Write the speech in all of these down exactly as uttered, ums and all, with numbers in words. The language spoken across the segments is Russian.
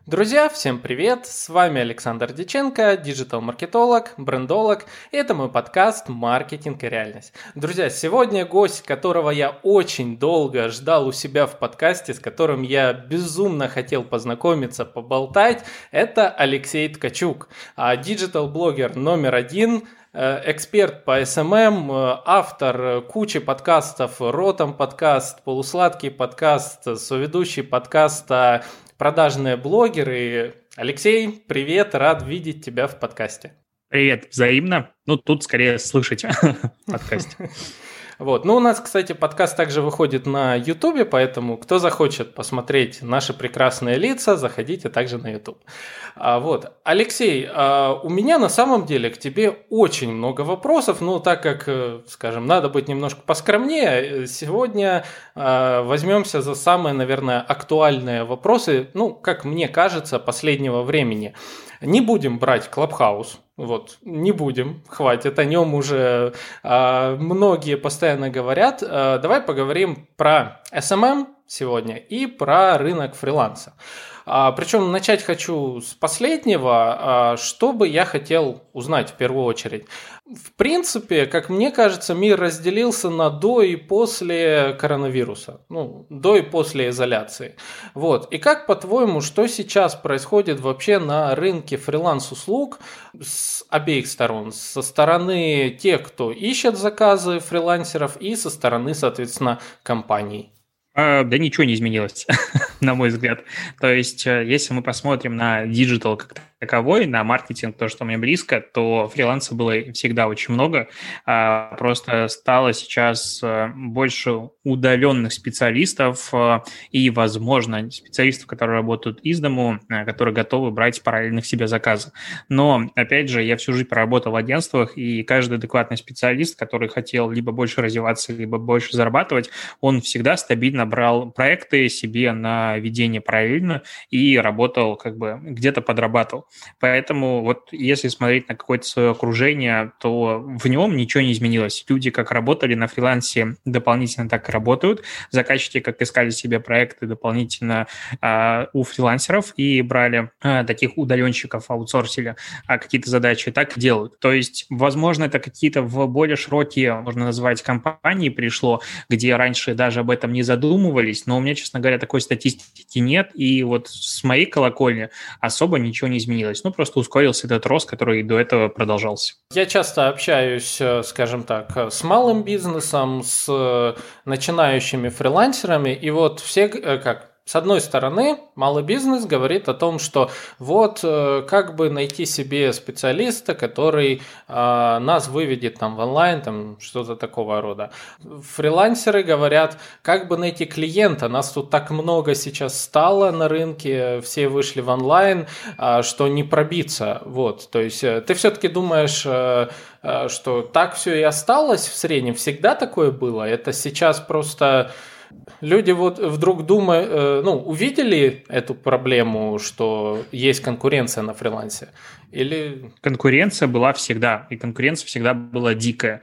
Друзья, всем привет! С вами Александр Дьяченко, диджитал-маркетолог, брендолог, и это мой подкаст «Маркетинг и реальность». Друзья, сегодня гость, которого я очень долго ждал у себя в подкасте, с которым я безумно хотел познакомиться, поболтать, это Алексей Ткачук, диджитал-блогер номер один, эксперт по эс эм эм, автор кучи подкастов, Ротом подкаст, Полусладкий подкаст, соведущий подкаста «Продажные блогеры». Алексей, привет, рад видеть тебя в подкасте. Привет, взаимно. Ну, тут скорее слышать в подкасте. Вот. Ну, у нас, кстати, подкаст также выходит на Ютубе, поэтому кто захочет посмотреть наши прекрасные лица, заходите также на Ютуб. А, вот. Алексей, а, у меня на самом деле к тебе очень много вопросов, но так как, скажем, надо быть немножко поскромнее, сегодня а, возьмемся за самые, наверное, актуальные вопросы, ну, как мне кажется, последнего времени. Не будем брать Клабхаус, вот, не будем, хватит, о нем уже э, многие постоянно говорят. Э, давай поговорим про эс эм эм сегодня и про рынок фриланса. А, причем начать хочу с последнего, а, что бы я хотел узнать в первую очередь. В принципе, как мне кажется, мир разделился на до и после коронавируса, ну, до и после изоляции. Вот. И как, по-твоему, что сейчас происходит вообще на рынке фриланс-услуг с обеих сторон? Со стороны тех, кто ищет заказы фрилансеров, и со стороны, соответственно, компаний? А, да ничего не изменилось, на мой взгляд. То есть, если мы посмотрим на диджитал как таковой, на маркетинг, то, что мне близко, то фриланса было всегда очень много. А, просто стало сейчас больше удаленных специалистов и, возможно, специалистов, которые работают из дому, которые готовы брать параллельно к себе заказы. Но, опять же, я всю жизнь проработал в агентствах, и каждый адекватный специалист, который хотел либо больше развиваться, либо больше зарабатывать, он всегда стабильно брал проекты себе на ведение параллельно и работал, как бы где-то подрабатывал. Поэтому вот если смотреть на какое-то свое окружение, то в нем ничего не изменилось. Люди как работали на фрилансе, дополнительно так и работают. Заказчики как искали себе проекты дополнительно э, у фрилансеров и брали э, таких удаленщиков, аутсорсили э, какие-то задачи, так и делают. То есть, возможно, это какие-то в более широкие, можно назвать, компании пришло, где раньше даже об этом не задумывались, но у меня, честно говоря, такой статистики нет, и вот с моей колокольни особо ничего не изменилось. Ну, просто ускорился этот рост, который до этого продолжался. Я часто общаюсь, скажем так, с малым бизнесом, с начинающими фрилансерами, и вот все, как... С одной стороны, малый бизнес говорит о том, что вот как бы найти себе специалиста, который э, нас выведет там в онлайн, там что-то такого рода. Фрилансеры говорят, как бы найти клиента, нас тут так много сейчас стало на рынке, все вышли в онлайн, э, что не пробиться. Вот, то есть ты все-таки думаешь, э, э, что так все и осталось в среднем, всегда такое было? Это сейчас просто... Люди вот вдруг думают, ну, увидели эту проблему, что есть конкуренция на фрилансе? Или... Конкуренция была всегда, и конкуренция всегда была дикая.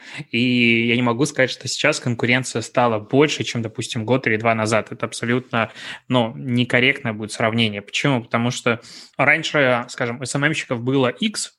И я не могу сказать, что сейчас конкуренция стала больше, чем, допустим, год или два назад. Это абсолютно, ну, некорректное будет сравнение. Почему? Потому что раньше, скажем, эс эм эм-щиков было X,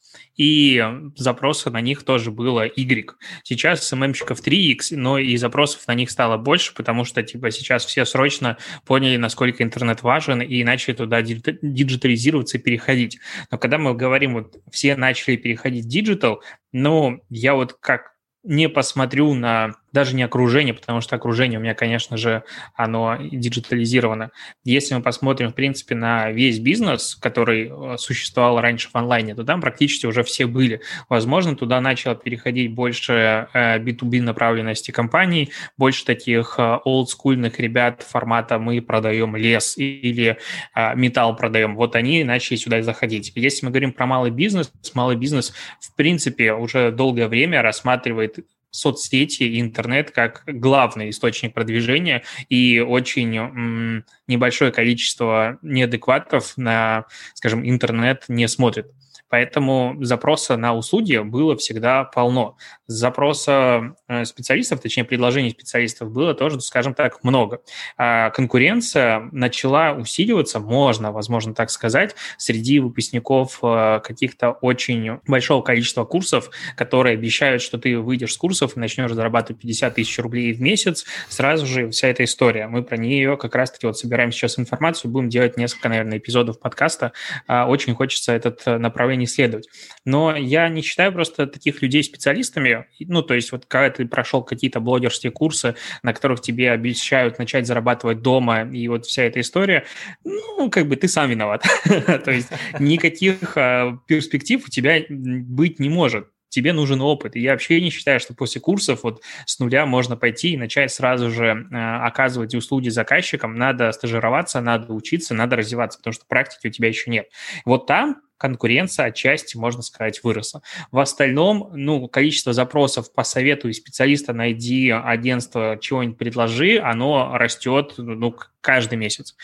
и запросов на них тоже было Y. Сейчас эс эм эм-щиков три икс, но и запросов на них стало больше, потому что типа сейчас все срочно поняли, насколько интернет важен, и начали туда диджитализироваться и переходить. Но когда мы говорим, вот все начали переходить в диджитал, ну, я вот как не посмотрю на даже не окружение, потому что окружение у меня, конечно же, оно диджитализировано. Если мы посмотрим, в принципе, на весь бизнес, который существовал раньше в онлайне, то там практически уже все были. Возможно, туда начало переходить больше би ту би направленности компаний, больше таких олдскульных ребят формата «мы продаем лес» или «металл продаем». Вот они начали сюда заходить. Если мы говорим про малый бизнес, малый бизнес, в принципе, уже долгое время рассматривает соцсети и интернет как главный источник продвижения, и очень м, небольшое количество неадекватов на, скажем, интернет не смотрит. Поэтому запроса на услуги было всегда полно. Запроса специалистов, точнее, предложений специалистов было тоже, скажем так, много. А конкуренция начала усиливаться, можно, возможно, так сказать, среди выпускников каких-то очень большого количества курсов, которые обещают, что ты выйдешь с курсов и начнешь зарабатывать пятьдесят тысяч рублей в месяц, сразу же вся эта история. Мы про нее как раз-таки вот собираем сейчас информацию, будем делать несколько, наверное, эпизодов подкаста. Очень хочется этот направление исследовать. Но я не считаю просто таких людей специалистами. Ну, то есть вот когда ты прошел какие-то блогерские курсы, на которых тебе обещают начать зарабатывать дома, и вот вся эта история, ну, как бы ты сам виноват. То есть никаких перспектив у тебя быть не может. Тебе нужен опыт. И я вообще не считаю, что после курсов вот с нуля можно пойти и начать сразу же э, оказывать услуги заказчикам. Надо стажироваться, надо учиться, надо развиваться, потому что практики у тебя еще нет. Вот там конкуренция отчасти, можно сказать, выросла. В остальном, ну, количество запросов по совету и специалиста найди агентство, чего-нибудь предложи, оно растет, ну, каждый месяц.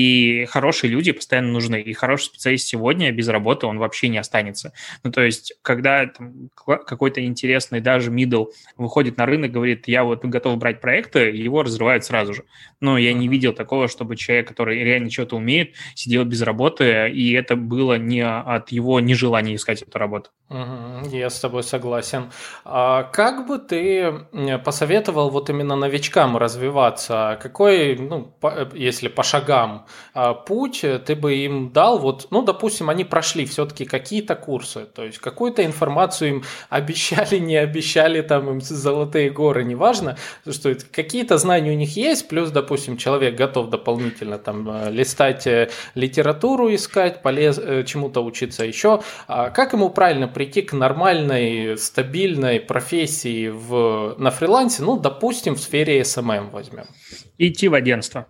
И хорошие люди постоянно нужны. И хороший специалист сегодня без работы, он вообще не останется. Ну, то есть, когда там, какой-то интересный даже middle выходит на рынок, говорит, я вот готов брать проекты, его разрывают сразу же. Но я не видел такого, чтобы человек, который реально что-то умеет, сидел без работы, и это было не от его нежелания искать эту работу. Угу, я с тобой согласен. А как бы ты посоветовал вот именно новичкам развиваться? Какой, ну, по, если по шагам путь ты бы им дал? Вот, ну, допустим, они прошли все-таки какие-то курсы, то есть какую-то информацию им обещали, не обещали, там им золотые горы, неважно, что это, какие-то знания у них есть, плюс, допустим, человек готов дополнительно там листать литературу, искать, полез, чему-то учиться еще. А как ему правильно прийти к нормальной, стабильной профессии в, на фрилансе, ну, допустим, в сфере эс эм эм возьмем? Идти в агентство.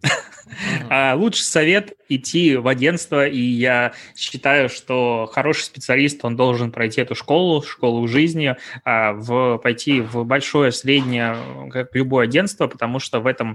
А лучший совет – идти в агентство, и я считаю, что хороший специалист, он должен пройти эту школу, школу жизни, в, пойти в большое, среднее, как любое агентство, потому что в этом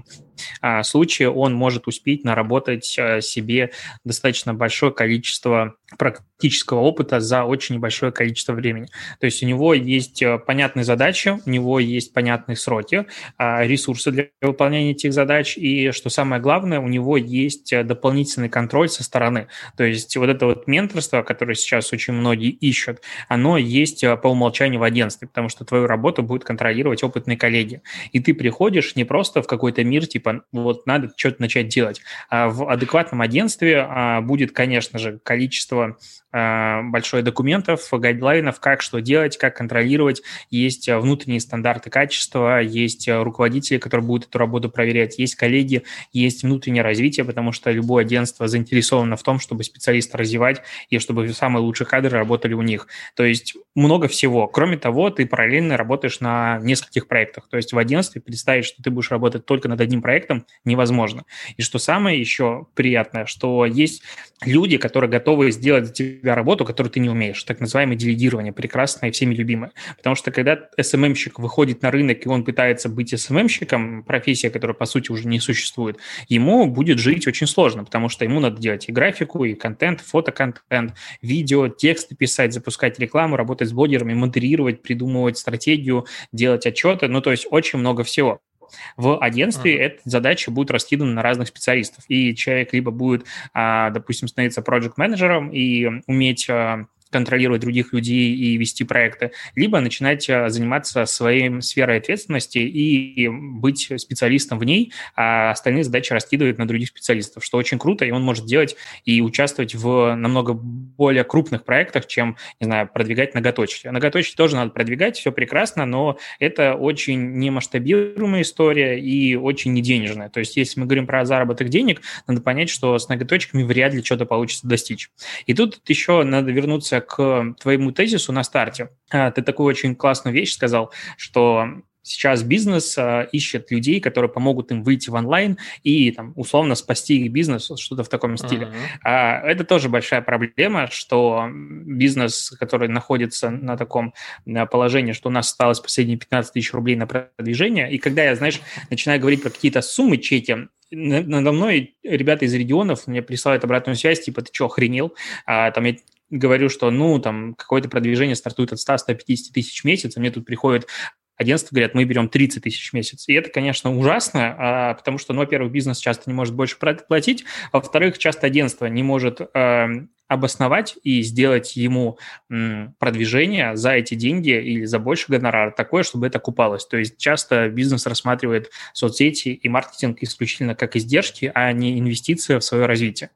случае он может успеть наработать себе достаточно большое количество практического опыта за очень небольшое количество времени. То есть у него есть понятные задачи, у него есть понятные сроки, ресурсы для выполнения этих задач, и, что самое главное, у него есть дополнительный контроль со стороны. То есть вот это вот менторство, которое сейчас очень многие ищут, оно есть по умолчанию в агентстве, потому что твою работу будут контролировать опытные коллеги. И ты приходишь не просто в какой-то мир, типа, вот надо что-то начать делать. А в адекватном агентстве будет, конечно же, количество большое документов, гайдлайнов, как что делать, как контролировать. Есть внутренние стандарты качества, есть руководители, которые будут эту работу проверять, есть коллеги, есть внутреннее развитие, потому что любое агентство заинтересовано в том, чтобы специалиста развивать и чтобы самые лучшие кадры работали у них. То есть много всего. Кроме того, ты параллельно работаешь на нескольких проектах. То есть в агентстве представить, что ты будешь работать только над одним проектом, невозможно. И что самое еще приятное, что есть люди, которые готовы сделать за тебя работу, которую ты не умеешь. Так называемое делегирование, прекрасное и всеми любимое. Потому что когда эс эм эм-щик выходит на рынок, и он пытается быть эс эм эм-щиком, профессия, которая, по сути, уже не существует, ему будет жить очень сложно, потому что ему надо делать и графику, и контент, фотоконтент, видео, тексты писать, запускать рекламу, работать с блогерами, модерировать, придумывать стратегию, делать отчеты. Ну, то есть очень много всего. В агентстве uh-huh. эта задача будет раскидана на разных специалистов. И человек либо будет, допустим, становиться проект-менеджером и уметь контролировать других людей и вести проекты, либо начинать заниматься своей сферой ответственности и быть специалистом в ней, а остальные задачи раскидывать на других специалистов, что очень круто, и он может делать и участвовать в намного более крупных проектах, чем, не знаю, продвигать ноготочки. Ноготочки тоже надо продвигать, все прекрасно, но это очень немасштабируемая история и очень неденежная. То есть если мы говорим про заработок денег, надо понять, что с ноготочками вряд ли что-то получится достичь. И тут еще надо вернуться к твоему тезису на старте. Ты такую очень классную вещь сказал, что сейчас бизнес ищет людей, которые помогут им выйти в онлайн и там, условно спасти их бизнес, что-то в таком стиле. Uh-huh. Это тоже большая проблема, что бизнес, который находится на таком положении, что у нас осталось последние пятнадцать тысяч рублей на продвижение, и когда я, знаешь, начинаю говорить про какие-то суммы, чеки, надо мной ребята из регионов мне присылают обратную связь, типа, ты что, охренел? А, там я говорю, что, ну, там, какое-то продвижение стартует от ста - ста пятидесяти тысяч в месяц, а мне тут приходит агентство, говорят, мы берем тридцать тысяч в месяц. И это, конечно, ужасно, а, потому что, ну, во-первых, бизнес часто не может больше платить, а во-вторых, часто агентство не может э, обосновать и сделать ему м, продвижение за эти деньги или за больше гонорара такое, чтобы это окупалось. То есть часто бизнес рассматривает соцсети и маркетинг исключительно как издержки, а не инвестиции в свое развитие.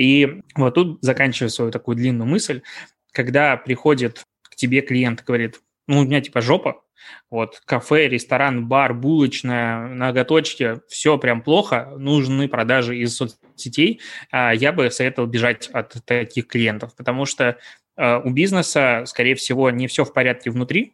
И вот тут, заканчивая свою такую длинную мысль, когда приходит к тебе клиент и говорит, ну, у меня типа жопа, вот, кафе, ресторан, бар, булочная, ноготочки, все прям плохо, нужны продажи из соцсетей, я бы советовал бежать от таких клиентов, потому что у бизнеса, скорее всего, не все в порядке внутри,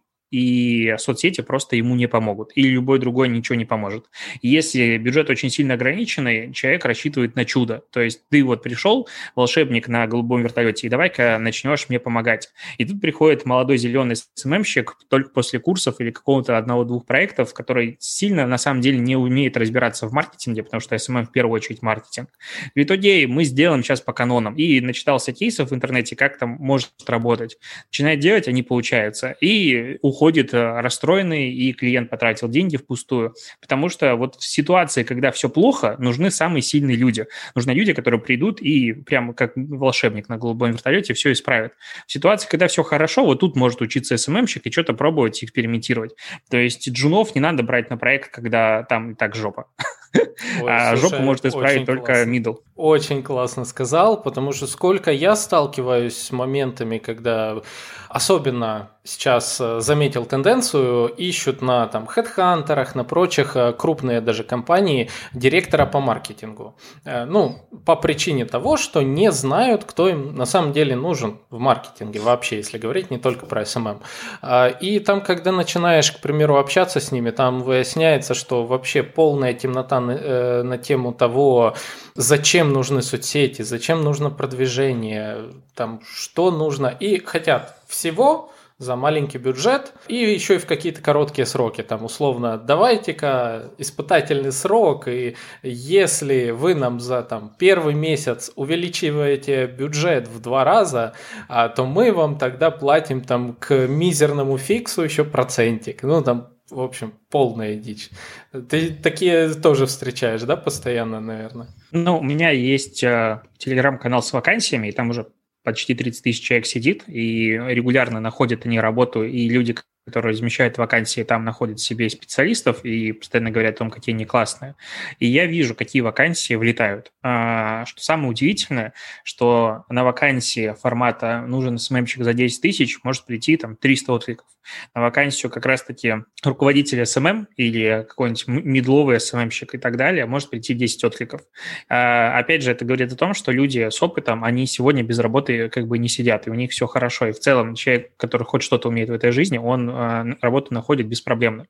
и соцсети просто ему не помогут, или любой другой ничего не поможет. Если бюджет очень сильно ограниченный, человек рассчитывает на чудо. То есть ты вот пришел, волшебник на голубом вертолете, и давай-ка начнешь мне помогать. И тут приходит молодой зеленый эс эм эм-щик только после курсов или какого-то одного-двух проектов, который сильно, на самом деле, не умеет разбираться в маркетинге, потому что эс эм эм в первую очередь маркетинг. Говорит, окей, мы сделаем сейчас по канонам. И начитался кейсов в интернете, как там может работать. Начинает делать, а не получается. И уходит Уходит расстроенный, и клиент потратил деньги впустую, потому что вот в ситуации, когда все плохо, нужны самые сильные люди. Нужны люди, которые придут и прямо как волшебник на голубом вертолете все исправят. В ситуации, когда все хорошо, вот тут может учиться эс эм эм-щик и что-то пробовать, экспериментировать. То есть джунов не надо брать на проект, когда там и так жопа. Ой, а слушай, жопу может исправить только middle. Очень классно сказал, потому что сколько я сталкиваюсь с моментами, когда особенно сейчас заметил тенденцию, ищут на там HeadHunter'ах, на прочих крупные даже компании директора по маркетингу. Ну, по причине того, что не знают, кто им на самом деле нужен в маркетинге вообще, если говорить не только про эс эм эм. И там, когда начинаешь, к примеру, общаться с ними, там выясняется, что вообще полная темнота на, на тему того, зачем нужны соцсети, зачем нужно продвижение, там, что нужно, и хотят всего за маленький бюджет и еще и в какие-то короткие сроки, там условно давайте-ка испытательный срок, и если вы нам за там первый месяц увеличиваете бюджет в два раза, то мы вам тогда платим там к мизерному фиксу еще процентик, ну там в общем, полная дичь. Ты такие тоже встречаешь, да, постоянно, наверное? Ну, у меня есть э, телеграм-канал с вакансиями, и там уже почти тридцать тысяч человек сидит, и регулярно находят они работу, и люди, которые размещают вакансии, там находят себе специалистов и постоянно говорят о том, какие они классные. И я вижу, какие вакансии влетают. А, что самое удивительное, что на вакансии формата «нужен эс эм эм-щик за десять тысяч» может прийти там триста откликов. На вакансию как раз-таки руководителя эс эм эм или какой-нибудь мидловый эс эм эм-щик и так далее может прийти десять откликов. А, опять же, это говорит о том, что люди с опытом, они сегодня без работы как бы не сидят, и у них все хорошо. И в целом человек, который хоть что-то умеет в этой жизни, он работу находит беспроблемно.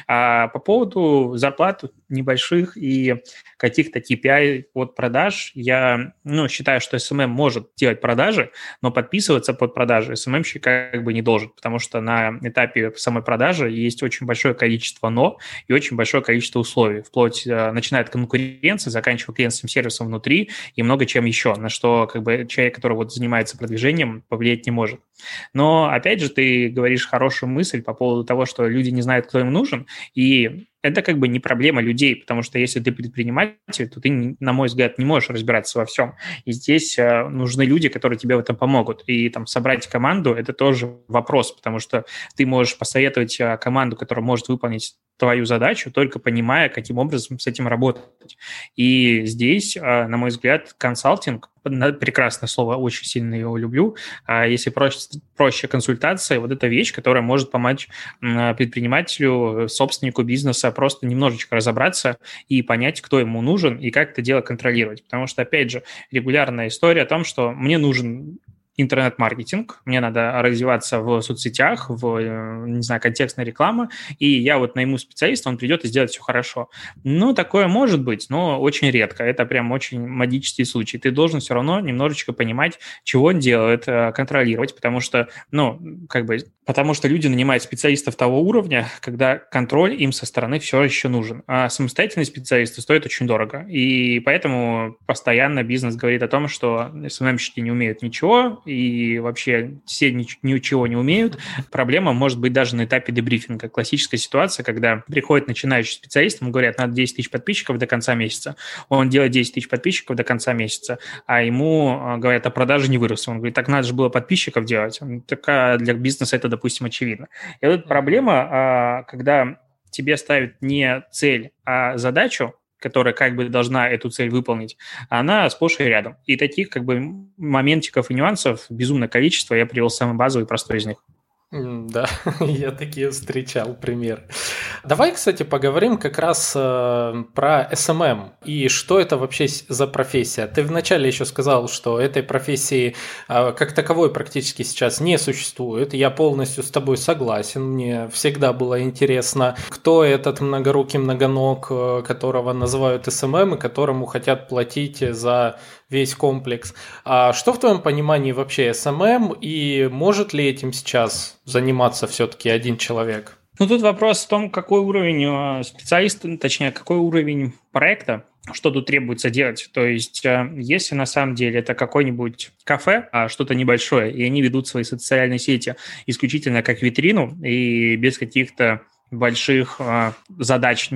А по поводу зарплат небольших и каких-то кей пи ай от продаж, я ну, считаю, что эс эм эм может делать продажи, но подписываться под продажи эс эм эм-щик как бы не должен, потому что на этапе самой продажи есть очень большое количество «но» и очень большое количество условий, вплоть начиная от конкуренции, заканчивая клиентским сервисом внутри и много чем еще, на что как бы человек, который вот занимается продвижением, повлиять не может. Но, опять же, ты говоришь хорошую мысль по поводу того, что люди не знают, кто им нужен, и это как бы не проблема людей, потому что если ты предприниматель, то ты, на мой взгляд, не можешь разбираться во всем. И здесь э, нужны люди, которые тебе в этом помогут. И там собрать команду – это тоже вопрос, потому что ты можешь посоветовать э, команду, которая может выполнить твою задачу, только понимая, каким образом с этим работать. И здесь, э, на мой взгляд, консалтинг, прекрасное слово, очень сильно его люблю, а если проще, проще консультация, вот эта вещь, которая может помочь предпринимателю, собственнику бизнеса просто немножечко разобраться и понять, кто ему нужен и как это дело контролировать. Потому что, опять же, регулярная история о том, что мне нужен интернет-маркетинг, мне надо развиваться в соцсетях, в, не знаю, контекстная реклама, и я вот найму специалиста, он придет и сделает все хорошо. Ну, такое может быть, но очень редко. Это прям очень магический случай. Ты должен все равно немножечко понимать, чего он делает, контролировать, потому что, ну, как бы Потому что люди нанимают специалистов того уровня, когда контроль им со стороны все еще нужен. А самостоятельные специалисты стоят очень дорого. И поэтому постоянно бизнес говорит о том, что эс эм эм-щики не умеют ничего, и вообще все ничего не умеют. Проблема может быть даже на этапе дебрифинга. Классическая ситуация, когда приходит начинающий специалист, ему говорят, надо десять тысяч подписчиков до конца месяца. Он делает десять тысяч подписчиков до конца месяца, а ему говорят, а продажи не выросли. Он говорит, так надо же было подписчиков делать. Так а для бизнеса это, допустим, очевидно. И вот проблема, когда тебе ставят не цель, а задачу, которая как бы должна эту цель выполнить, она сплошь и рядом. И таких как бы моментиков и нюансов безумное количество. Я привел самый базовый и простой из них. Да, я такие встречал пример. Давай, кстати, поговорим как раз э, про эс эм эм и что это вообще за профессия. Ты вначале еще сказал, что этой профессии э, как таковой практически сейчас не существует. Я полностью с тобой согласен. Мне всегда было интересно, кто этот многорукий многоног, э, которого называют эс эм эм и которому хотят платить за весь комплекс. А что в твоем понимании вообще эс эм эм и может ли этим сейчас заниматься все-таки один человек? Ну, тут вопрос в том, какой уровень специалиста, точнее, какой уровень проекта, что тут требуется делать. То есть, если на самом деле это какое-нибудь кафе, что-то небольшое, и они ведут свои социальные сети исключительно как витрину и без каких-то больших задач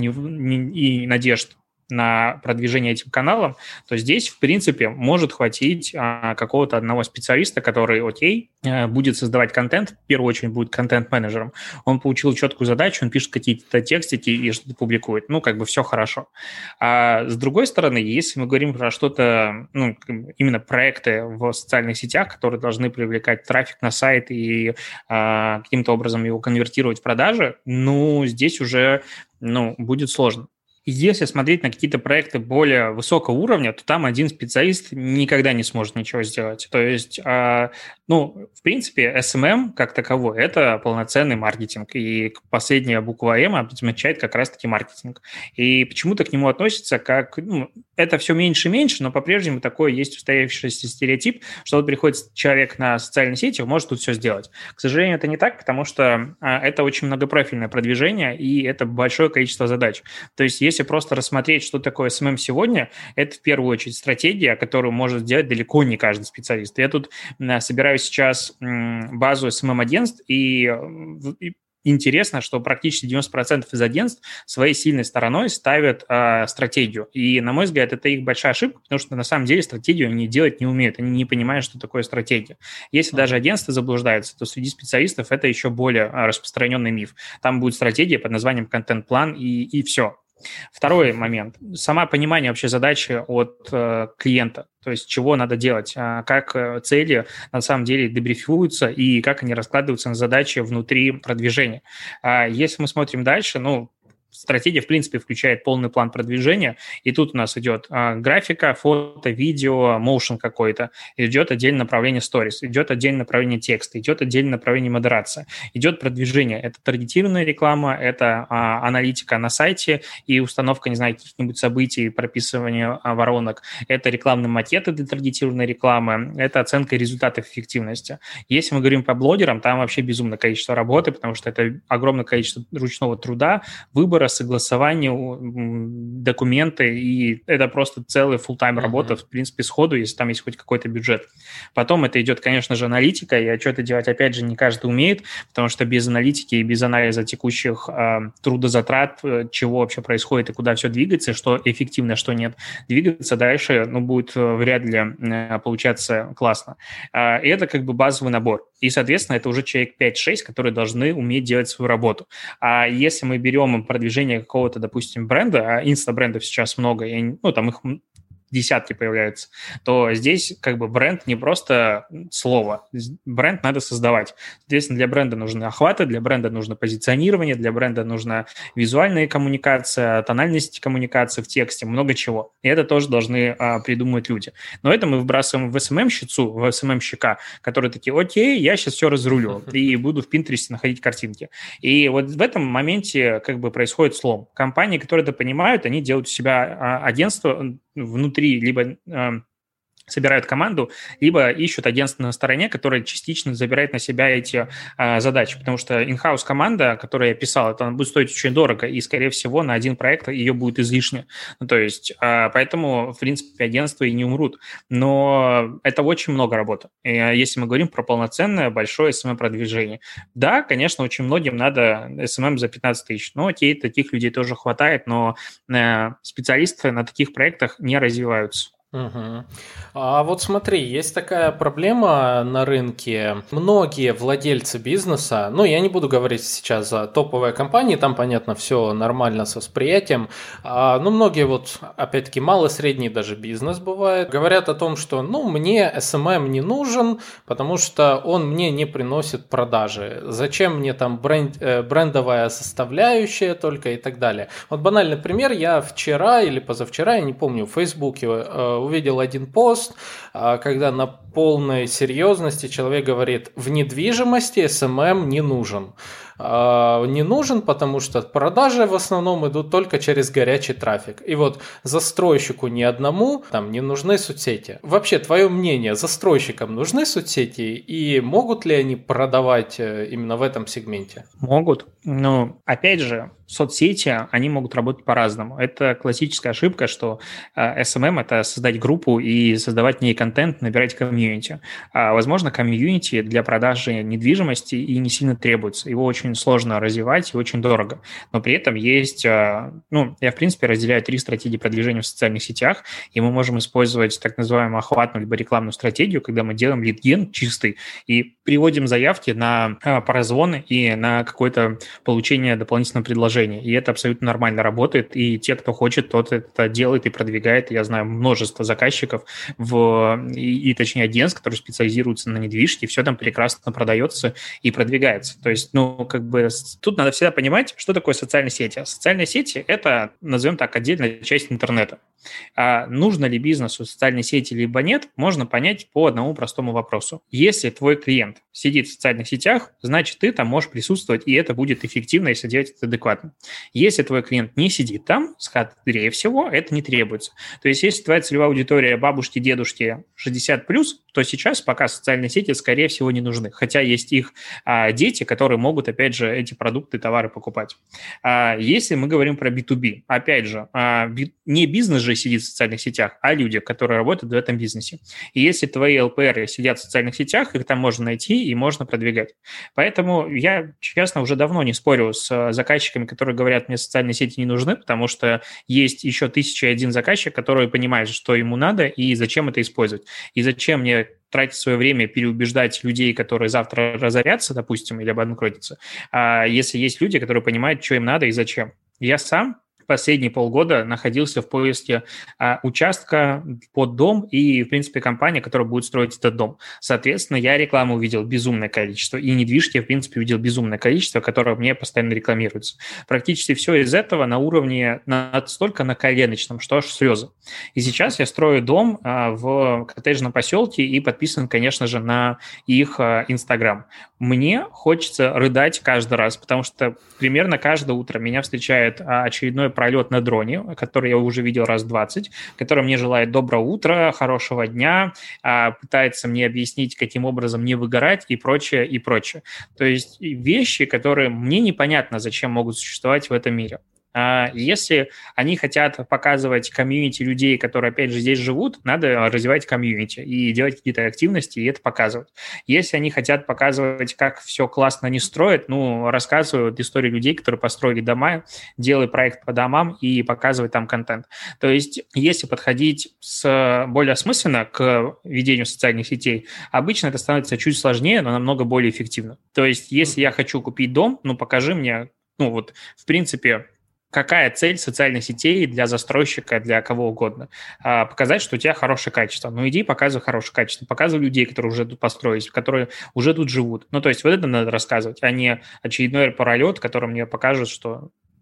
и надежд на продвижение этим каналом, то здесь, в принципе, может хватить а, какого-то одного специалиста, который, окей, а, будет создавать контент, в первую очередь будет контент-менеджером. Он получил четкую задачу, он пишет какие-то текстики и что-то публикует. Ну, как бы все хорошо. А с другой стороны, если мы говорим про что-то, ну, именно проекты в социальных сетях, которые должны привлекать трафик на сайт и а, каким-то образом его конвертировать в продажи, ну, здесь уже, ну, будет сложно. Если смотреть на какие-то проекты более высокого уровня, то там один специалист никогда не сможет ничего сделать. То есть, э, ну, в принципе, эс эм эм как таковой – это полноценный маркетинг, и последняя буква «М» обозначает как раз-таки маркетинг. И почему-то к нему относятся как… Ну, это все меньше и меньше, но по-прежнему такой есть устоявшийся стереотип, что вот приходит человек на социальные сети, он может тут все сделать. К сожалению, это не так, потому что э, это очень многопрофильное продвижение, и это большое количество задач. То есть, если просто рассмотреть, что такое эс эм эм сегодня, это в первую очередь стратегия, которую может сделать далеко не каждый специалист. Я тут собираю сейчас базу эс эм эм-агентств, и, и интересно, что практически девяносто процентов из агентств своей сильной стороной ставят э, стратегию. И, на мой взгляд, это их большая ошибка, потому что на самом деле стратегию они делать не умеют, они не понимают, что такое стратегия. Если даже агентства заблуждаются, то среди специалистов это еще более распространенный миф. Там будет стратегия под названием контент-план и, и все. Второй момент. Само понимание вообще задачи от э, клиента, то есть чего надо делать, э, как э, цели на самом деле дебрифуются и как они раскладываются на задачи внутри продвижения. А если мы смотрим дальше, ну, стратегия, в принципе, включает полный план продвижения, и тут у нас идет а, графика, фото, видео, моушен какой-то, идет отдельное направление stories, идет отдельное направление текста, идет отдельное направление модерация, идет продвижение. Это таргетированная реклама, это а, аналитика на сайте и установка, не знаю, каких-нибудь событий, прописывание а, воронок, это рекламные макеты для таргетированной рекламы, это оценка результатов эффективности. Если мы говорим по блогерам, там вообще безумное количество работы, потому что это огромное количество ручного труда, выбора, согласование, документы, и это просто целая full-time работа, mm-hmm. в принципе, сходу, если там есть хоть какой-то бюджет. Потом это идет, конечно же, аналитика, и отчеты делать, опять же, не каждый умеет, потому что без аналитики и без анализа текущих э, трудозатрат, чего вообще происходит и куда все двигается, что эффективно, что нет, двигаться дальше, ну, будет вряд ли э, получаться классно. Э, и это как бы базовый набор. И, соответственно, это уже человек пять-шесть, которые должны уметь делать свою работу. А если мы берем продвижение какого-то, допустим, бренда, а инста-брендов сейчас много, и, ну, там их десятки появляются, то здесь как бы бренд не просто слово. Бренд надо создавать. Соответственно, для бренда нужны охваты, для бренда нужно позиционирование, для бренда нужна визуальная коммуникация, тональность коммуникации в тексте, много чего. И это тоже должны а, придумывать люди. Но это мы выбрасываем в эс эм эм-щицу, в эс эм эм-щика, которые такие, окей, я сейчас все разрулю и буду в Пинтересте находить картинки. И вот в этом моменте как бы происходит слом. Компании, которые это понимают, они делают у себя а, агентство внутри либо э, собирают команду, либо ищут агентство на стороне, которое частично забирает на себя эти а, задачи, потому что in-house команда, которую я писал, это она будет стоить очень дорого, и, скорее всего, на один проект ее будет излишне. Ну, то есть, а, поэтому, в принципе, агентства и не умрут. Но это очень много работы. И, если мы говорим про полноценное большое эс эм эм-продвижение. Да, конечно, очень многим надо эс эм эм за пятнадцать тысяч. Ну, окей, таких людей тоже хватает, но э, специалисты на таких проектах не развиваются. Угу. А вот смотри, есть такая проблема на рынке. Многие владельцы бизнеса, ну, я не буду говорить сейчас за топовые компании, там, понятно, все нормально с восприятием, а, но многие вот, опять-таки, малый, средний даже бизнес бывает, говорят о том, что, ну, мне эс эм эм не нужен, потому что он мне не приносит продажи. Зачем мне там бренд, брендовая составляющая только и так далее. Вот банальный пример, я вчера или позавчера, я не помню, в Фейсбуке увидел один пост, когда на полной серьезности человек говорит: в недвижимости эс эм эм не нужен. Не нужен, потому что продажи в основном идут только через горячий трафик. И вот застройщику ни одному там не нужны соцсети. Вообще, твое мнение, застройщикам нужны соцсети и могут ли они продавать именно в этом сегменте? Могут. Но, опять же, соцсети, они могут работать по-разному. Это классическая ошибка, что эс эм эм – это создать группу и создавать в ней контент, набирать комьюнити. А, возможно, комьюнити для продажи недвижимости и не сильно требуется. Его очень сложно развивать и очень дорого. Но при этом есть, ну, я, в принципе, разделяю три стратегии продвижения в социальных сетях, и мы можем использовать так называемую охватную либо рекламную стратегию, когда мы делаем лид-ген чистый и приводим заявки на прозвоны и на какое-то получение дополнительного предложения. И это абсолютно нормально работает, и те, кто хочет, тот это делает и продвигает. Я знаю множество заказчиков в, и, и точнее агентств, которые специализируются на недвижке, и все там прекрасно продается и продвигается. То есть, ну, как бы тут надо всегда понимать, что такое социальные сети. Социальные сети – это, назовем так, отдельная часть интернета. А нужно ли бизнесу социальные сети либо нет, можно понять по одному простому вопросу. Если твой клиент сидит в социальных сетях, значит, ты там можешь присутствовать, и это будет эффективно, если делать это адекватно. Если твой клиент не сидит там, скорее всего, это не требуется. То есть, если твоя целевая аудитория бабушки, дедушки шестьдесят плюс, то сейчас пока социальные сети, скорее всего, не нужны. Хотя есть их а, дети, которые могут, опять же, эти продукты, товары покупать. А, если мы говорим про би ту би, опять же, а, би, не бизнес же сидит в социальных сетях, а люди, которые работают в этом бизнесе. И если твои эл пи эр сидят в социальных сетях, их там можно найти и можно продвигать. Поэтому я, честно, уже давно не спорю с заказчиками, которые говорят, мне социальные сети не нужны, потому что есть еще тысяча и один заказчик, который понимает, что ему надо и зачем это использовать. И зачем мне тратить свое время, переубеждать людей, которые завтра разорятся, допустим, или обанкротятся, если есть люди, которые понимают, что им надо и зачем. Я сам последние полгода находился в поиске а, участка под дом и, в принципе, компания, которая будет строить этот дом. Соответственно, я рекламу увидел безумное количество, и недвижки я, в принципе, увидел безумное количество, которое мне постоянно рекламируется. Практически все из этого на уровне настолько на коленочном, что аж слезы. И сейчас я строю дом а, в коттеджном поселке и подписан, конечно же, на их Инстаграм. Мне хочется рыдать каждый раз, потому что примерно каждое утро меня встречает а, очередной пролет на дроне, который я уже видел раз двадцать, который мне желает доброго утра, хорошего дня, пытается мне объяснить, каким образом не выгорать и прочее, и прочее. То есть вещи, которые мне непонятно, зачем могут существовать в этом мире. Если они хотят показывать комьюнити людей, которые, опять же, здесь живут, надо развивать комьюнити и делать какие-то активности, и это показывать. Если они хотят показывать, как все классно они строят, ну, рассказывают истории людей, которые построили дома, делают проект по домам и показывают там контент. То есть, если подходить с более осмысленно к ведению социальных сетей, обычно это становится чуть сложнее, но намного более эффективно. То есть, если я хочу купить дом, ну, покажи мне, ну, вот, в принципе, какая цель социальных сетей для застройщика, для кого угодно? А, показать, что у тебя хорошее качество. Ну, иди показывай хорошее качество. Показывай людей, которые уже тут построились, которые уже тут живут. Ну, то есть вот это надо рассказывать, а не очередной пролет, который мне покажет, что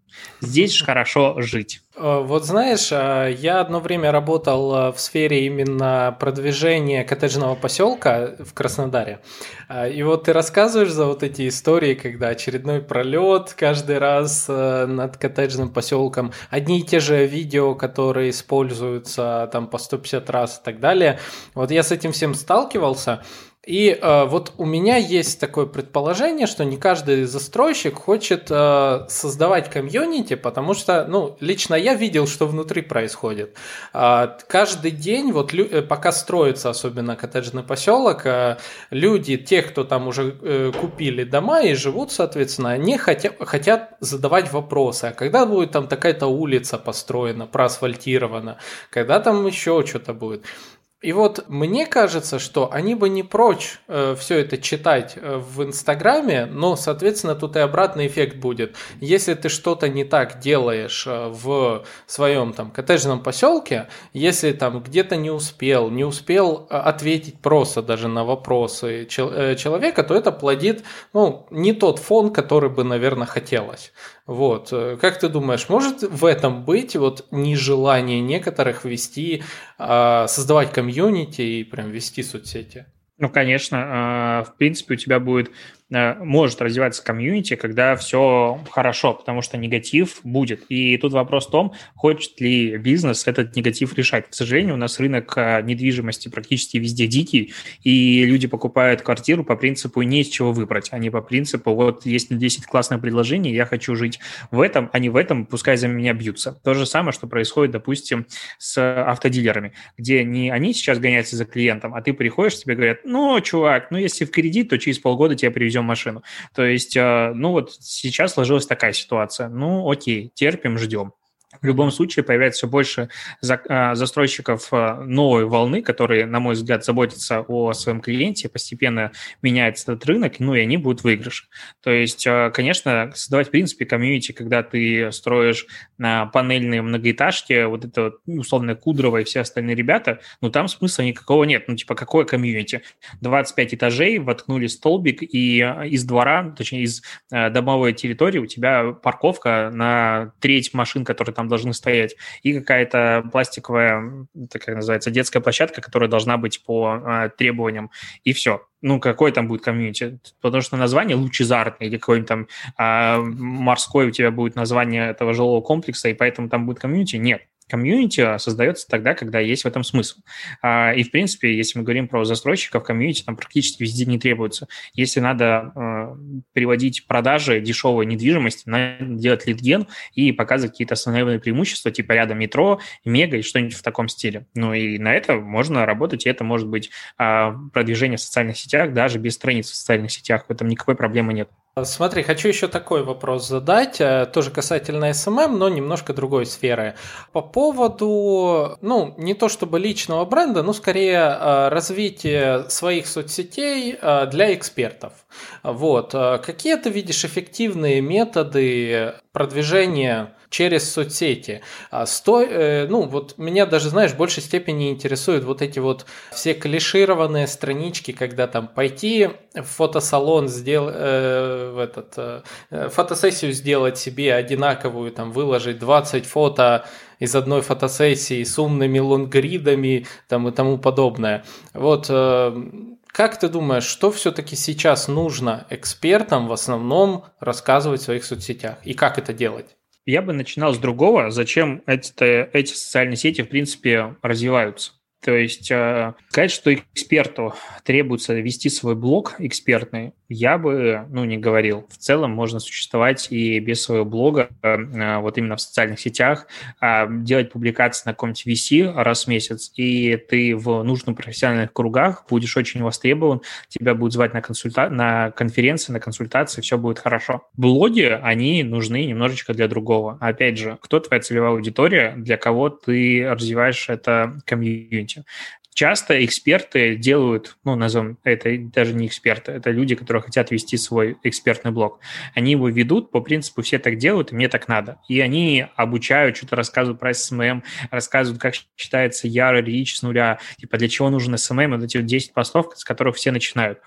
Здесь же хорошо жить. Вот знаешь, я одно время работал в сфере именно продвижения коттеджного поселка в Краснодаре. И вот ты рассказываешь за вот эти истории, когда очередной пролет каждый раз над коттеджным поселком, одни и те же видео, которые используются там по сто пятьдесят раз и так далее. Вот я с этим всем сталкивался. И э, вот у меня есть такое предположение, что не каждый застройщик хочет э, создавать комьюнити, потому что, ну, лично я видел, что внутри происходит. Э, каждый день, вот лю- пока строится особенно коттеджный поселок, э, люди, те, кто там уже э, купили дома и живут, соответственно, они хотя- хотят задавать вопросы. А когда будет там такая-то улица построена, проасфальтирована, когда там еще что-то будет. И вот мне кажется, что они бы не прочь э, все это читать э, в Инстаграме, но, соответственно, тут и обратный эффект будет. Если ты что-то не так делаешь э, в своем там коттеджном поселке, если там где-то не успел, не успел ответить просто даже на вопросы чел- э, человека, то это плодит, ну, не тот фон, который бы, наверное, хотелось. Вот. Как ты думаешь, может в этом быть вот нежелание некоторых вести, создавать комьюнити и прям вести соцсети? Ну, конечно, в принципе, у тебя будет может развиваться комьюнити, когда все хорошо, потому что негатив будет. И тут вопрос в том, хочет ли бизнес этот негатив решать. К сожалению, у нас рынок недвижимости практически везде дикий, и люди покупают квартиру по принципу не из чего выбрать, а не по принципу вот есть десять классных предложений, я хочу жить в этом, а не в этом, пускай за меня бьются. То же самое, что происходит, допустим, с автодилерами, где не они сейчас гоняются за клиентом, а ты приходишь, тебе говорят, ну, чувак, ну, если в кредит, то через полгода тебе привезем машину. То есть, ну вот сейчас сложилась такая ситуация. Ну окей, терпим, ждем. В любом случае появляется все больше за, застройщиков новой волны, которые, на мой взгляд, заботятся о своем клиенте, постепенно меняется этот рынок, ну и они будут в выигрыше. То есть, конечно, создавать в принципе комьюнити, когда ты строишь панельные многоэтажки, вот это условно Кудрово и все остальные ребята, ну там смысла никакого нет. Ну типа какое комьюнити? двадцать пять этажей, воткнули столбик, и из двора, точнее из домовой территории у тебя парковка на треть машин, которые там должны стоять, и какая-то пластиковая, такая называется, детская площадка, которая должна быть по э, требованиям, и все. Ну, какой там будет комьюнити? Потому что название лучезарное, или какой-нибудь там э, морской у тебя будет название этого жилого комплекса, и поэтому там будет комьюнити? Нет. Комьюнити создается тогда, когда есть в этом смысл. И, в принципе, если мы говорим про застройщиков, комьюнити там практически везде не требуется. Если надо э, переводить продажи дешевой недвижимости, надо делать лид-ген и показывать какие-то основные преимущества, типа рядом метро, мега и что-нибудь в таком стиле. Ну и на это можно работать, и это может быть э, продвижение в социальных сетях, даже без страниц в социальных сетях. В этом никакой проблемы нет. Смотри, хочу еще такой вопрос задать, тоже касательно эс эм эм, но немножко другой сферы. По поводу, ну, не то чтобы личного бренда, но скорее развития своих соцсетей для экспертов. Вот. Какие ты видишь эффективные методы продвижения через соцсети? Сто... Ну, вот меня даже, знаешь, в большей степени интересуют вот эти вот все клишированные странички, когда там пойти в фотосалон, сделать в этот, фотосессию сделать себе одинаковую, там выложить двадцать фото из одной фотосессии с умными лонгридами там, и тому подобное. Вот как ты думаешь, что все-таки сейчас нужно экспертам в основном рассказывать в своих соцсетях? И как это делать? Я бы начинал с другого. Зачем эти, эти социальные сети, в принципе, развиваются? То есть э, сказать, что эксперту требуется вести свой блог экспертный, я бы, ну, не говорил. В целом можно существовать и без своего блога, э, вот именно в социальных сетях, э, делать публикации на каком-нибудь ви си раз в месяц, и ты в нужных профессиональных кругах будешь очень востребован, тебя будут звать на, консульта... на конференции, на консультации, все будет хорошо. Блоги, они нужны немножечко для другого. Опять же, кто твоя целевая аудитория, для кого ты развиваешь это комьюнити? часто эксперты делают, ну, назовем это даже не эксперты, это люди, которые хотят вести свой экспертный блог. Они его ведут, по принципу все так делают, и мне так надо. И они обучают, что-то рассказывают про эс эм эм, рассказывают, как считается Яр, Рич с нуля, типа для чего нужен эс эм эм, вот эти вот десять постов, с которых все начинают.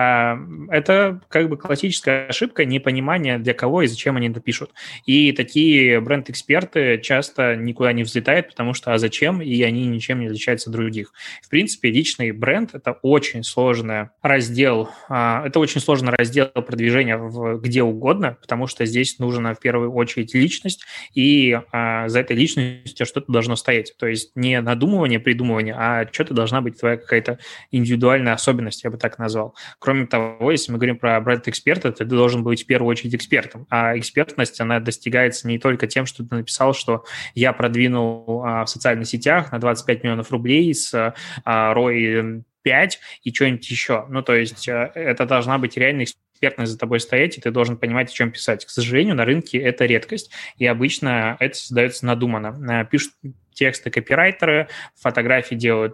Это как бы классическая ошибка, непонимание, для кого и зачем они это пишут. И такие бренд-эксперты часто никуда не взлетают, потому что а зачем, и они ничем не отличаются от других. В принципе, личный бренд – это очень сложный раздел, это очень сложный раздел продвижения в где угодно, потому что здесь нужна в первую очередь личность, и за этой личностью что-то должно стоять. То есть не надумывание, придумывание, а что-то должна быть твоя какая-то индивидуальная особенность, я бы так назвал. Кроме того, если мы говорим про бренд-эксперта, ты должен быть в первую очередь экспертом. А экспертность, она достигается не только тем, что ты написал, что я продвинул а, в социальных сетях на двадцать пять миллионов рублей с а, рой пять и что-нибудь еще. Ну, то есть это должна быть реально экспертность за тобой стоять, и ты должен понимать, о чем писать. К сожалению, на рынке это редкость, и обычно это создается надуманно. Пишут тексты копирайтеры, фотографии делают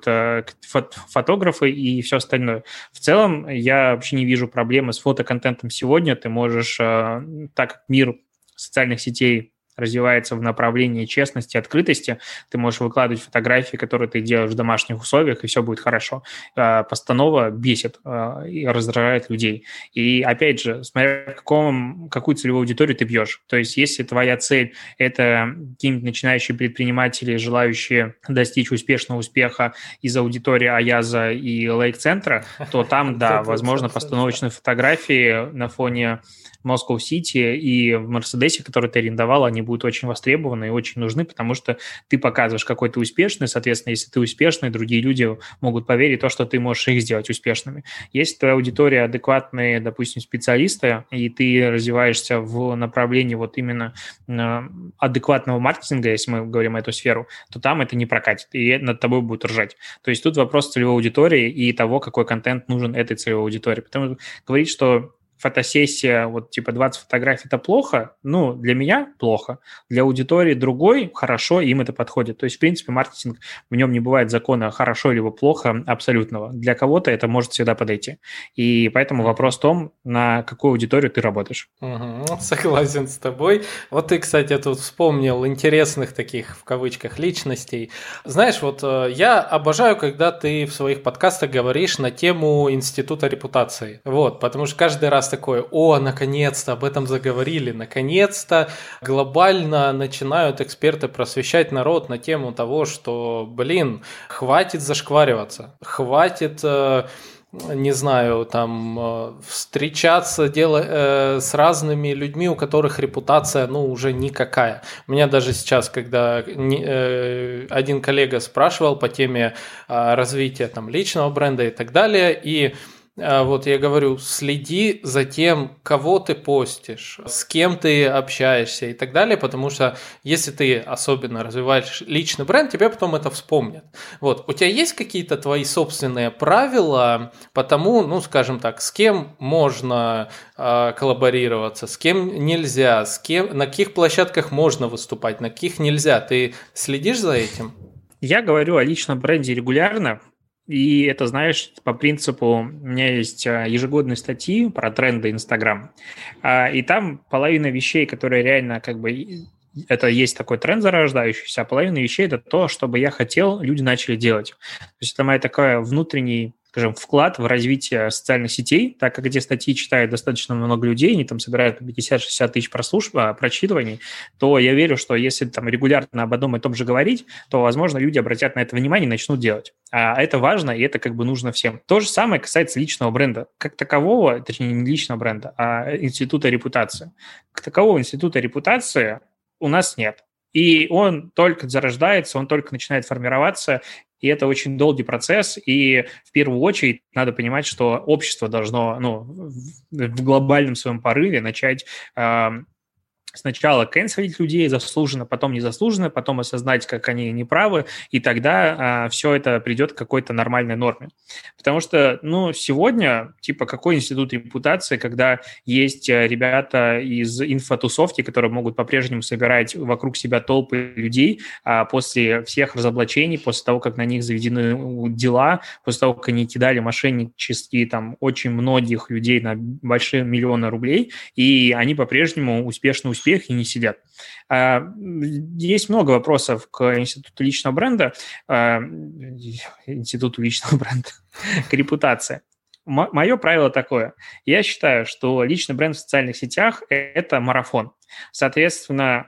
фотографы и все остальное. В целом, я вообще не вижу проблемы с фотоконтентом сегодня. Ты можешь, так как мир социальных сетей развивается в направлении честности, открытости, ты можешь выкладывать фотографии, которые ты делаешь в домашних условиях, и все будет хорошо. Постанова бесит и раздражает людей. И опять же, смотря каком, какую целевую аудиторию ты бьешь. То есть если твоя цель – это какие-нибудь начинающие предприниматели, желающие достичь успешного успеха из аудитории Аяза и Лейк-центра, то там, да, возможно, постановочные фотографии на фоне Moscow City и в Мерседесе, который ты арендовал, они будут очень востребованы и очень нужны, потому что ты показываешь, какой ты успешный, соответственно, если ты успешный, другие люди могут поверить в то, что ты можешь их сделать успешными. Если твоя аудитория адекватные, допустим, специалисты, и ты развиваешься в направлении вот именно адекватного маркетинга, если мы говорим эту сферу, то там это не прокатит, и над тобой будут ржать. То есть тут вопрос целевой аудитории и того, какой контент нужен этой целевой аудитории. Потому что говорить, что фотосессия, вот типа двадцать фотографий – это плохо, ну, для меня плохо, для аудитории другой хорошо, им это подходит. То есть, в принципе, маркетинг, в нем не бывает закона хорошо либо плохо абсолютного. Для кого-то это может всегда подойти. И поэтому вопрос в том, на какую аудиторию ты работаешь. Угу, согласен с тобой. Вот ты, кстати, тут вспомнил интересных таких, в кавычках, личностей. Знаешь, вот я обожаю, когда ты в своих подкастах говоришь на тему института репутации. Вот, потому что каждый раз такое: о, наконец-то об этом заговорили, наконец-то глобально начинают эксперты просвещать народ на тему того, что, блин, хватит зашквариваться, хватит, не знаю, там, встречаться дело, с разными людьми, у которых репутация, ну, уже никакая. У меня даже сейчас, когда один коллега спрашивал по теме развития там личного бренда и так далее, и вот я говорю, следи за тем, кого ты постишь, с кем ты общаешься и так далее, потому что если ты особенно развиваешь личный бренд, тебе потом это вспомнят. Вот, у тебя есть какие-то твои собственные правила по тому, ну, скажем так, с кем можно э, коллаборироваться, с кем нельзя, с кем, на каких площадках можно выступать, на каких нельзя? Ты следишь за этим? Я говорю о личном бренде регулярно. И это, знаешь, по принципу, у меня есть ежегодные статьи про тренды Инстаграм, и там половина вещей, которые реально как бы... Это есть такой тренд зарождающийся, а половина вещей – это то, что бы я хотел, люди начали делать. То есть это моя такая внутренний, скажем, вклад в развитие социальных сетей, так как эти статьи читает достаточно много людей, они там собирают пятьдесят-шестьдесят тысяч прослуш... прочитываний, то я верю, что если там регулярно об одном и том же говорить, то, возможно, люди обратят на это внимание и начнут делать. А это важно, и это как бы нужно всем. То же самое касается личного бренда. Как такового, точнее, не личного бренда, а института репутации. Как такового института репутации у нас нет. И он только зарождается, он только начинает формироваться, и это очень долгий процесс, и в первую очередь надо понимать, что общество должно, ну, в глобальном своем порыве начать э, сначала канцелить людей заслуженно, потом незаслуженно, потом осознать, как они неправы, и тогда а, все это придет к какой-то нормальной норме. Потому что, ну, сегодня, типа, какой институт репутации, когда есть ребята из инфотусовки, которые могут по-прежнему собирать вокруг себя толпы людей а после всех разоблачений, после того, как на них заведены дела, после того, как они кидали мошеннические там очень многих людей на большие миллионы рублей, и они по-прежнему успешно успешны и не сидят. Есть много вопросов к институту личного бренда, институту личного бренда, к репутации. Мое правило такое. Я считаю, что личный бренд в социальных сетях – это марафон. Соответственно,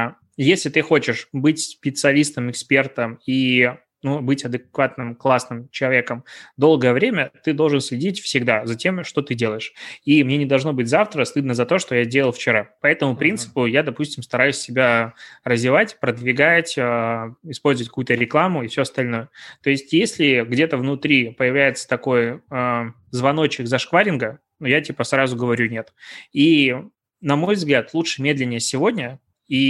если ты хочешь быть специалистом, экспертом и ну, быть адекватным, классным человеком долгое время, ты должен следить всегда за тем, что ты делаешь. И мне не должно быть завтра стыдно за то, что я делал вчера. По этому принципу я, допустим, стараюсь себя развивать, продвигать, использовать какую-то рекламу и все остальное. То есть если где-то внутри появляется такой звоночек зашкваринга, ну, я типа сразу говорю нет. И, на мой взгляд, лучше медленнее сегодня,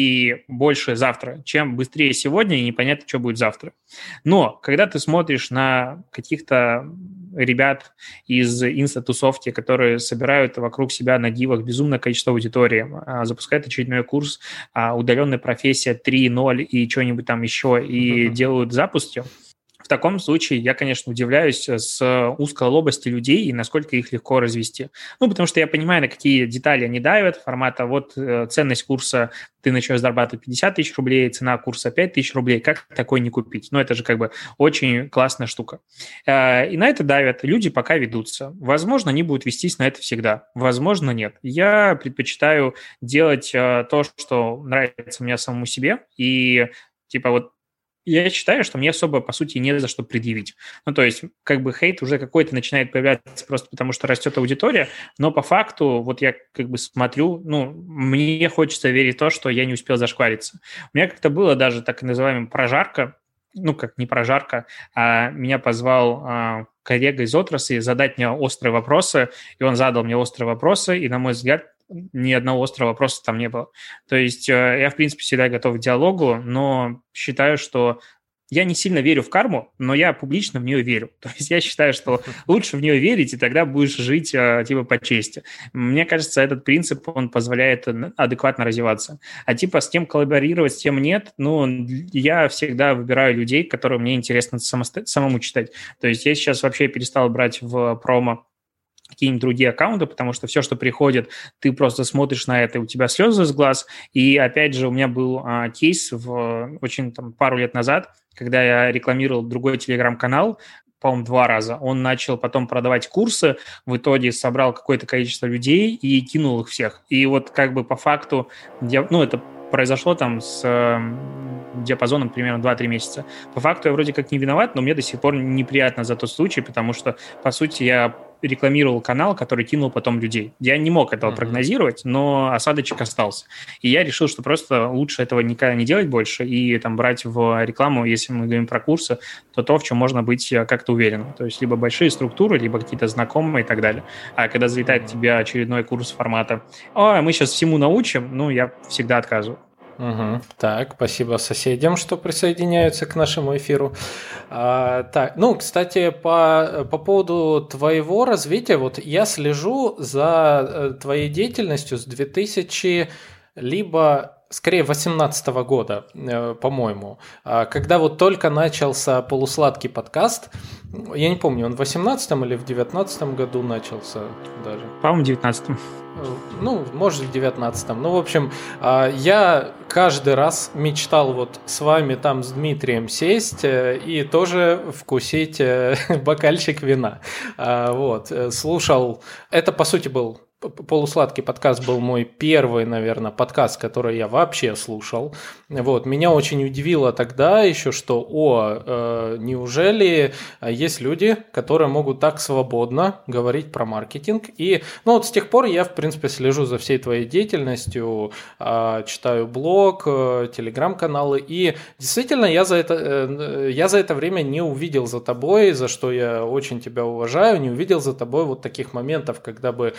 и больше завтра, чем быстрее сегодня, и непонятно, что будет завтра. Но когда ты смотришь на каких-то ребят из инста-тусовки, которые собирают вокруг себя на дивах безумное количество аудитории, запускают очередной курс «Удаленная профессия три ноль» и что-нибудь там еще, и mm-hmm. делают запуски, в таком случае я, конечно, удивляюсь с узколобости людей и насколько их легко развести. Ну, потому что я понимаю, на какие детали они давят, формата вот ценность курса ты начнешь зарабатывать пятьдесят тысяч рублей, цена курса пять тысяч рублей, как такой не купить? Ну, это же как бы очень классная штука. И на это давят, люди пока ведутся. Возможно, они будут вестись на это всегда, возможно, нет. Я предпочитаю делать то, что нравится мне самому себе, и типа вот я считаю, что мне особо, по сути, не за что предъявить. Ну, то есть, как бы хейт уже какой-то начинает появляться просто потому, что растет аудитория, но по факту, вот я как бы смотрю, ну, мне хочется верить в то, что я не успел зашквариться. У меня как-то было даже так называемая прожарка, ну, как не прожарка, а меня позвал а, коллега из отрасли задать мне острые вопросы, и он задал мне острые вопросы, и, на мой взгляд, ни одного острого вопроса там не было. То есть я, в принципе, всегда готов к диалогу, но считаю, что я не сильно верю в карму, но я публично в нее верю. То есть я считаю, что лучше в нее верить, и тогда будешь жить типа по чести. Мне кажется, этот принцип, он позволяет адекватно развиваться. А типа с кем коллаборировать, с кем нет, ну, я всегда выбираю людей, которые мне интересно самому читать. То есть я сейчас вообще перестал брать в промо какие-нибудь другие аккаунты, потому что все, что приходит, ты просто смотришь на это, и у тебя слезы из глаз. И опять же, у меня был а, кейс в, очень там, пару лет назад, когда я рекламировал другой телеграм-канал, по-моему, два раза. Он начал потом продавать курсы, в итоге собрал какое-то количество людей и кинул их всех. И вот как бы по факту, я, ну, это произошло там с э, диапазоном примерно два-три месяца. По факту я вроде как не виноват, но мне до сих пор неприятно за тот случай, потому что, по сути, я рекламировал канал, который кинул потом людей. Я не мог этого mm-hmm. прогнозировать, но осадочек остался. И я решил, что просто лучше этого никогда не делать больше и там брать в рекламу, если мы говорим про курсы, то то, в чем можно быть как-то уверенным. То есть либо большие структуры, либо какие-то знакомые и так далее. А когда залетает в тебя очередной курс формата «О, мы сейчас всему научим», ну, я всегда отказываю. Угу. Так, спасибо соседям, что присоединяются к нашему эфиру. А, так, ну, кстати, по, по поводу твоего развития, вот я слежу за твоей деятельностью с две тысячи либо скорее восемнадцатого года, по-моему, когда вот только начался полусладкий подкаст. Я не помню, он в восемнадцатом или в девятнадцатом году начался даже. По-моему, в девятнадцатом. Ну, может, в девятнадцатом. Ну, в общем, я каждый раз мечтал вот с вами там, с Дмитрием, сесть и тоже вкусить бокальчик вина. Вот, слушал. Это, по сути, был... Полусладкий подкаст был мой первый, наверное, подкаст, который я вообще слушал. Вот. Меня очень удивило тогда еще, что, о, э, неужели есть люди, которые могут так свободно говорить про маркетинг. И, ну, вот с тех пор я, в принципе, слежу за всей твоей деятельностью, э, читаю блог, э, телеграм-каналы, и действительно я за, это, э, я за это время не увидел за тобой, за что я очень тебя уважаю, не увидел за тобой вот таких моментов, когда бы там была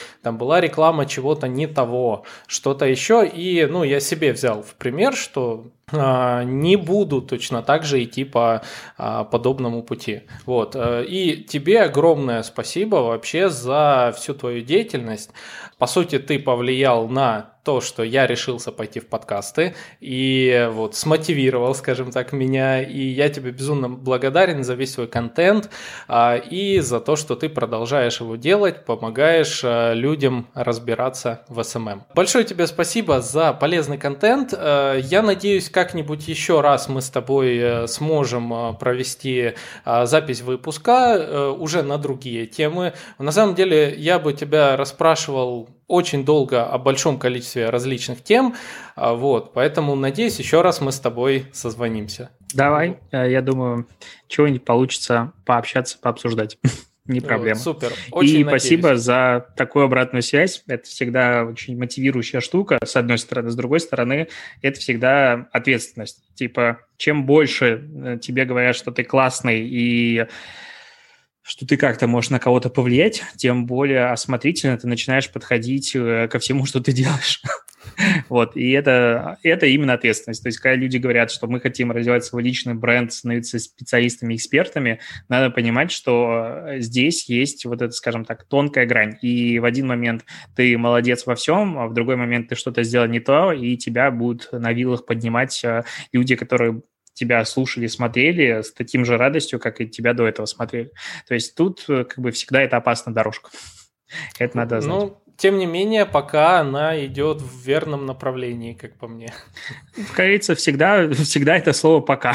была реклама чего-то не того, что-то еще. И, ну, я себе взял в пример, что а, не буду точно так же идти по а, подобному пути. Вот. И тебе огромное спасибо вообще за всю твою деятельность. По сути, ты повлиял на то, что я решился пойти в подкасты, и вот смотивировал, скажем так, меня, и я тебе безумно благодарен за весь свой контент а, и за то, что ты продолжаешь его делать, помогаешь а, людям разбираться в эс эм эм. Большое тебе спасибо за полезный контент. А, я надеюсь, как-нибудь еще раз мы с тобой сможем провести а, запись выпуска а, уже на другие темы. На самом деле, я бы тебя расспрашивал очень долго о большом количестве различных тем, вот, поэтому, надеюсь, еще раз мы с тобой созвонимся. Давай, я думаю, чего-нибудь получится пообщаться, пообсуждать. Не проблема. Вот, супер. Очень И надеюсь. Спасибо за такую обратную связь. Это всегда очень мотивирующая штука, с одной стороны. С другой стороны, это всегда ответственность. Типа, чем больше тебе говорят, что ты классный и что ты как-то можешь на кого-то повлиять, тем более осмотрительно ты начинаешь подходить ко всему, что ты делаешь. Вот, и это, это именно ответственность. То есть, когда люди говорят, что мы хотим развивать свой личный бренд, становиться специалистами, экспертами, надо понимать, что здесь есть вот эта, скажем так, тонкая грань. И в один момент ты молодец во всем, а в другой момент ты что-то сделал не то, и тебя будут на вилах поднимать люди, которые тебя слушали, смотрели с таким же радостью, как и тебя до этого смотрели. То есть тут как бы всегда это опасная дорожка. Это надо знать. Ну, тем не менее, пока она идет в верном направлении, как по мне. Как говорится, всегда, всегда это слово «пока».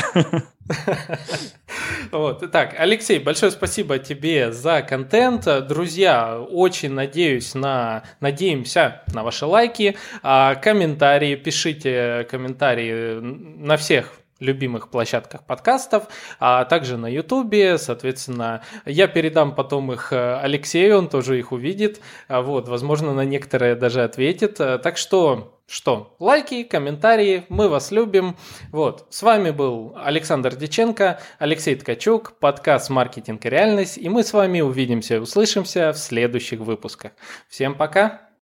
Вот. Итак, Алексей, большое спасибо тебе за контент. Друзья, очень надеюсь на, надеемся на ваши лайки, комментарии. Пишите комментарии на всех любимых площадках подкастов, а также на Ютубе, соответственно, я передам потом их Алексею, он тоже их увидит, вот, возможно, на некоторые даже ответит, так что, что, лайки, комментарии, мы вас любим, вот, с вами был Александр Дьяченко, Алексей Ткачук, подкаст «Маркетинг и реальность», и мы с вами увидимся и услышимся в следующих выпусках. Всем пока!